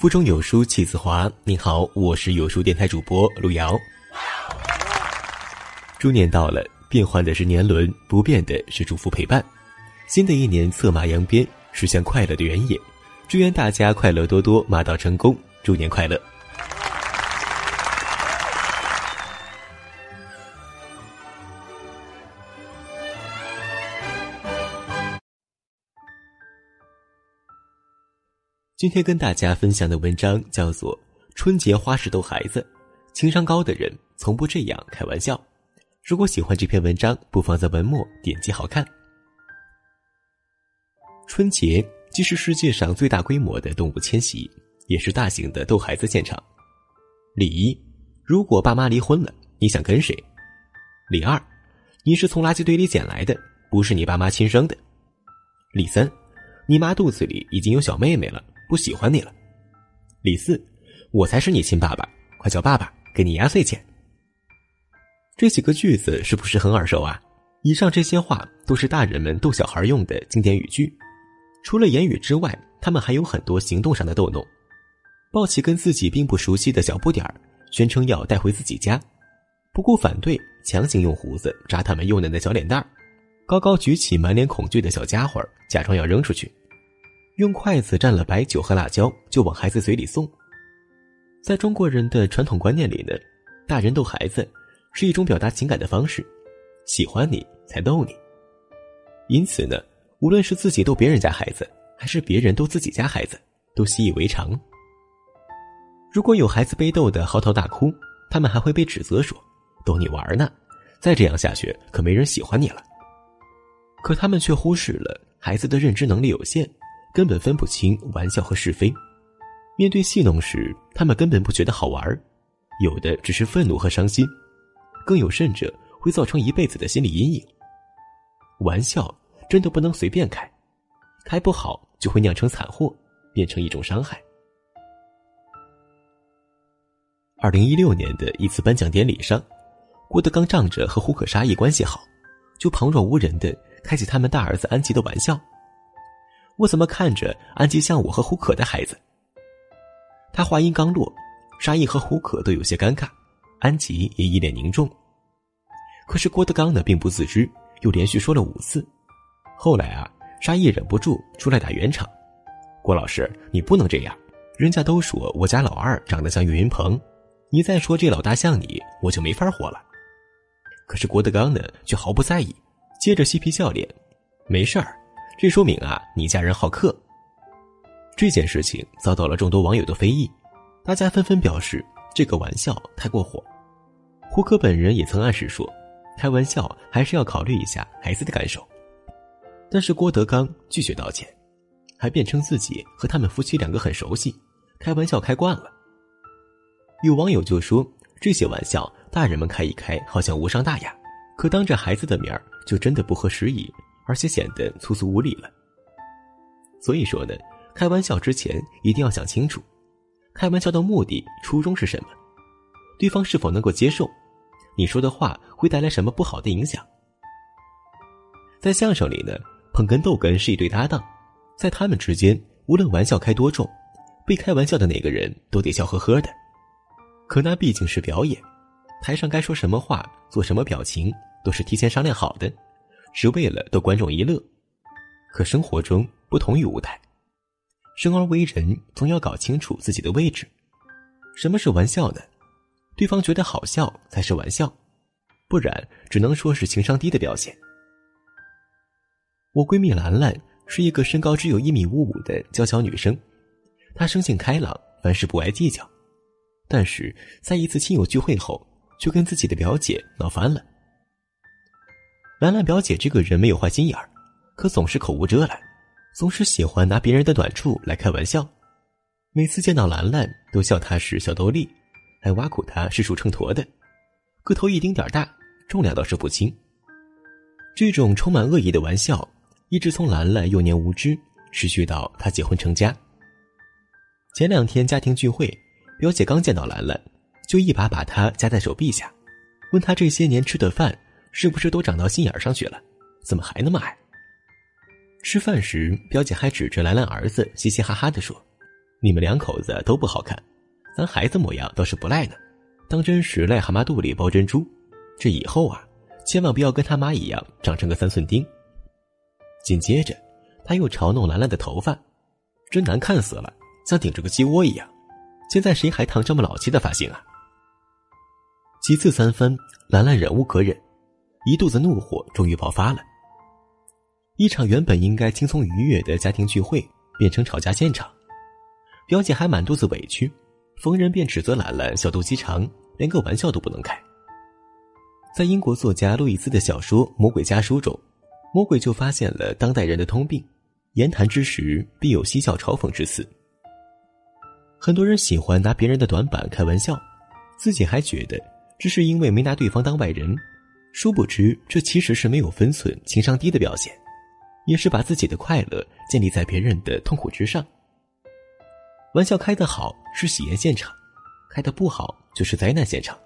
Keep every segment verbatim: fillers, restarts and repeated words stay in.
腹中有书气自华。您好，我是有书电台主播路遥。猪年到了，变换的是年轮，不变的是祝福陪伴。新的一年策马扬鞭，驶向快乐的原野。祝愿大家快乐多多，马到成功，猪年快乐。今天跟大家分享的文章叫做《春节花式逗孩子》，情商高的人从不这样开玩笑。如果喜欢这篇文章，不妨在文末点击好看。春节既是世界上最大规模的动物迁徙，也是大型的逗孩子现场。例一，如果爸妈离婚了，你想跟谁？例二，你是从垃圾堆里捡来的，不是你爸妈亲生的。例三，你妈肚子里已经有小妹妹了，不喜欢你了。例四，我才是你亲爸爸，快叫爸爸给你压岁钱。这几个句子是不是很耳熟啊？以上这些话都是大人们逗小孩用的经典语句。除了言语之外，他们还有很多行动上的逗弄。抱起跟自己并不熟悉的小不点儿，宣称要带回自己家，不顾反对，强行用胡子扎他们幼嫩的小脸蛋儿，高高举起满脸恐惧的小家伙，假装要扔出去，用筷子蘸了白酒和辣椒就往孩子嘴里送。在中国人的传统观念里呢，大人逗孩子是一种表达情感的方式，喜欢你才逗你。因此呢，无论是自己逗别人家孩子，还是别人逗自己家孩子，都习以为常。如果有孩子被逗得嚎啕大哭，他们还会被指责说，逗你玩呢，再这样下去可没人喜欢你了。可他们却忽视了孩子的认知能力有限，根本分不清玩笑和是非。面对戏弄时，他们根本不觉得好玩，有的只是愤怒和伤心，更有甚者会造成一辈子的心理阴影。玩笑真的不能随便开，开不好就会酿成惨祸，变成一种伤害。二零一六年的一次颁奖典礼上，郭德纲仗着和胡可沙溢关系好，就旁若无人地开起他们大儿子安吉的玩笑。我怎么看着安吉像我和胡可的孩子？他话音刚落，沙溢和胡可都有些尴尬，安吉也一脸凝重。可是郭德纲呢并不自知，又连续说了五次。后来啊，沙溢忍不住出来打圆场，郭老师你不能这样，人家都说我家老二长得像岳云鹏，你再说这老大像你，我就没法活了。可是郭德纲呢却毫不在意，接着嬉皮笑脸，没事儿，这说明啊你家人好客。这件事情遭到了众多网友的非议，大家纷纷表示这个玩笑太过火。胡可本人也曾暗示说，开玩笑还是要考虑一下孩子的感受。但是郭德纲拒绝道歉，还辩称自己和他们夫妻两个很熟悉，开玩笑开惯了。有网友就说，这些玩笑大人们开一开好像无伤大雅，可当着孩子的面就真的不合时宜，而且显得粗俗无礼了。所以说呢，开玩笑之前一定要想清楚，开玩笑的目的初衷是什么，对方是否能够接受，你说的话会带来什么不好的影响。在相声里呢，捧哏逗哏是一对搭档，在他们之间无论玩笑开多重，被开玩笑的那个人都得笑呵呵的。可那毕竟是表演，台上该说什么话做什么表情都是提前商量好的，只为了逗观众一乐。可生活中不同于舞台，生而为人总要搞清楚自己的位置。什么是玩笑呢？对方觉得好笑才是玩笑，不然只能说是情商低的表现。我闺蜜兰兰是一个身高只有一米五五的娇小女生，她生性开朗，凡事不爱计较。但是在一次亲友聚会后，就跟自己的表姐闹翻了。兰兰表姐这个人没有坏心眼儿，可总是口无遮拦，总是喜欢拿别人的短处来开玩笑。每次见到兰兰都笑她是小豆粒，还挖苦她是属秤砣的，个头一丁点大，重量倒是不轻。这种充满恶意的玩笑一直从兰兰幼年无知持续到她结婚成家。前两天家庭聚会，表姐刚见到兰兰，就一把把她夹在手臂下，问她这些年吃的饭是不是都长到心眼上去了，怎么还那么矮。吃饭时，表姐还指着兰兰儿子嘻嘻哈哈地说， 你们两口子都不好看，咱孩子模样倒是不赖呢，当真是癞蛤蟆肚里包珍珠，这以后啊，千万不要跟他妈一样长成个三寸钉。紧接着他又嘲弄兰兰的头发，真难看死了，像顶着个鸡窝一样，现在谁还烫这么老气的发型啊？几次三番，兰兰忍无可忍，一肚子怒火终于爆发了。一场原本应该轻松愉悦的家庭聚会变成吵架现场，表姐还满肚子委屈，逢人便指责兰兰小肚鸡肠，连个玩笑都不能开。在英国作家路易斯的小说《魔鬼家书》中，魔鬼就发现了当代人的通病，言谈之时必有嬉笑嘲讽之词。很多人喜欢拿别人的短板开玩笑，自己还觉得只是因为没拿对方当外人，殊不知这其实是没有分寸、情商低的表现，也是把自己的快乐建立在别人的痛苦之上。玩笑开得好是喜宴现场，开得不好就是灾难现场。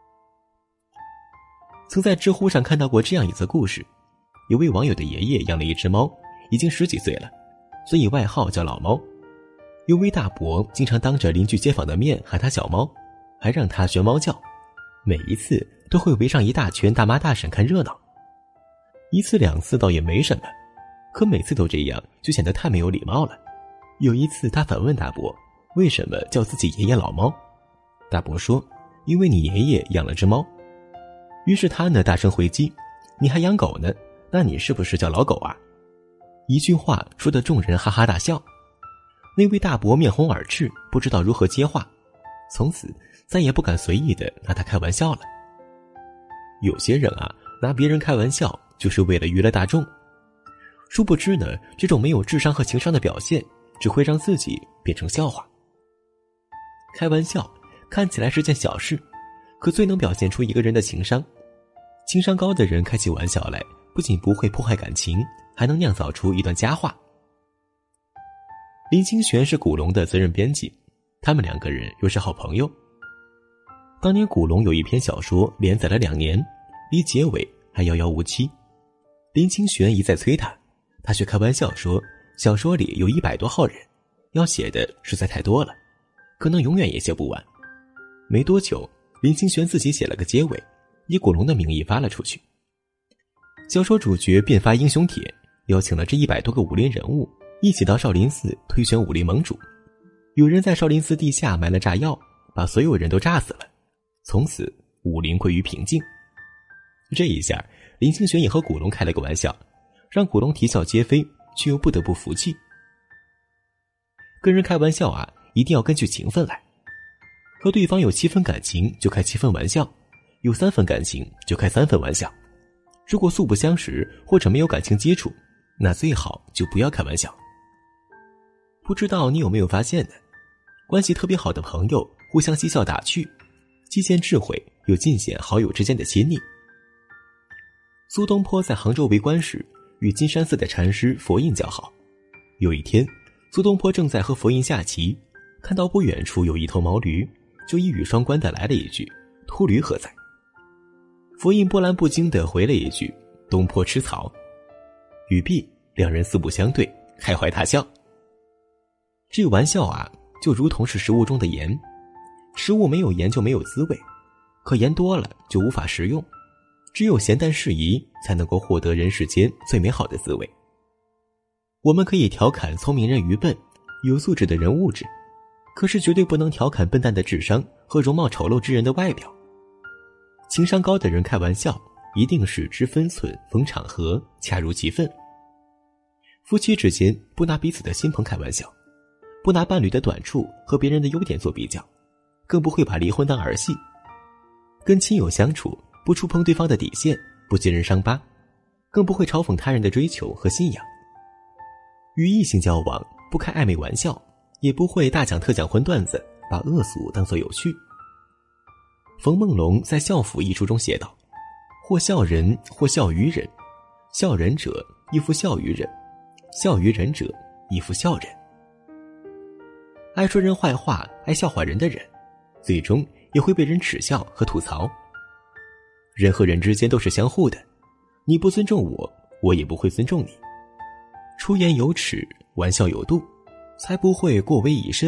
曾在知乎上看到过这样一则故事，有位网友的爷爷养了一只猫，已经十几岁了，所以外号叫老猫。有位大伯经常当着邻居街坊的面喊他小猫，还让他学猫叫，每一次都会围上一大圈大妈大婶看热闹。一次两次倒也没什么，可每次都这样就显得太没有礼貌了。有一次他反问大伯为什么叫自己爷爷老猫，大伯说因为你爷爷养了只猫。于是他呢大声回击，你还养狗呢，那你是不是叫老狗啊？一句话说得众人哈哈大笑。那位大伯面红耳赤，不知道如何接话，从此再也不敢随意地拿他开玩笑了。有些人啊，拿别人开玩笑就是为了娱乐大众，殊不知呢，这种没有智商和情商的表现只会让自己变成笑话。开玩笑看起来是件小事，可最能表现出一个人的情商。情商高的人开起玩笑来，不仅不会破坏感情，还能酿造出一段佳话。林清玄是古龙的责任编辑，他们两个人又是好朋友。当年古龙有一篇小说连载了两年，离结尾还遥遥无期。林清玄一再催他，他却开玩笑说小说里有一百多号人，要写的实在太多了，可能永远也写不完。没多久，林清玄自己写了个结尾，以古龙的名义发了出去。小说主角便发英雄帖，邀请了这一百多个武林人物一起到少林寺推选武林盟主。有人在少林寺地下埋了炸药，把所有人都炸死了，从此武林归于平静。这一下林清玄也和古龙开了个玩笑，让古龙啼笑皆非，却又不得不服气。跟人开玩笑啊，一定要根据情分来，和对方有七分感情就开七分玩笑，有三分感情就开三分玩笑。如果素不相识或者没有感情基础，那最好就不要开玩笑。不知道你有没有发现呢？关系特别好的朋友互相嬉笑打趣，既见智慧又尽显好友之间的亲昵。苏东坡在杭州为官时，与金山寺的禅师佛印交好。有一天，苏东坡正在和佛印下棋，看到不远处有一头毛驴，就一语双关地来了一句：“秃驴何在？”佛印波澜不惊地回了一句：“东坡吃草。”语毕，两人四目相对，开怀大笑。这个玩笑啊，就如同是食物中的盐，食物没有盐就没有滋味，可盐多了就无法食用，只有咸淡适宜，才能够获得人世间最美好的滋味。我们可以调侃聪明人愚笨，有素质的人物质，可是绝对不能调侃笨蛋的智商和容貌丑陋之人的外表。情商高的人开玩笑，一定是知分寸、逢场合，恰如其分。夫妻之间不拿彼此的新朋开玩笑，不拿伴侣的短处和别人的优点做比较，更不会把离婚当儿戏。跟亲友相处，不触碰对方的底线，不揭人伤疤，更不会嘲讽他人的追求和信仰。与异性交往，不开暧昧玩笑，也不会大讲特讲荤段子，把恶俗当作有趣。冯梦龙在《笑府》一书中写道：或笑人，或笑于人，笑人者亦复笑于人，笑于人者亦复笑人。爱说人坏话、爱笑话人的人，最终也会被人耻笑和吐槽。人和人之间都是相互的，你不尊重我，我也不会尊重你。出言有尺，玩笑有度，才不会过为以甚，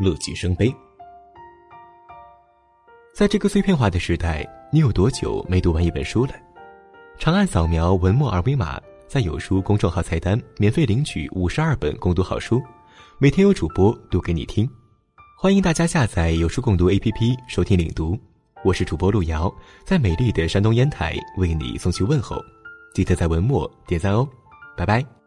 乐极生悲。在这个碎片化的时代，你有多久没读完一本书了？长按扫描文末二维码，在有书公众号菜单免费领取五十二本共读好书，每天有主播读给你听。欢迎大家下载有书共读 A P P 收听领读，我是主播路遥，在美丽的山东烟台为你送去问候，记得在文末点赞哦，拜拜。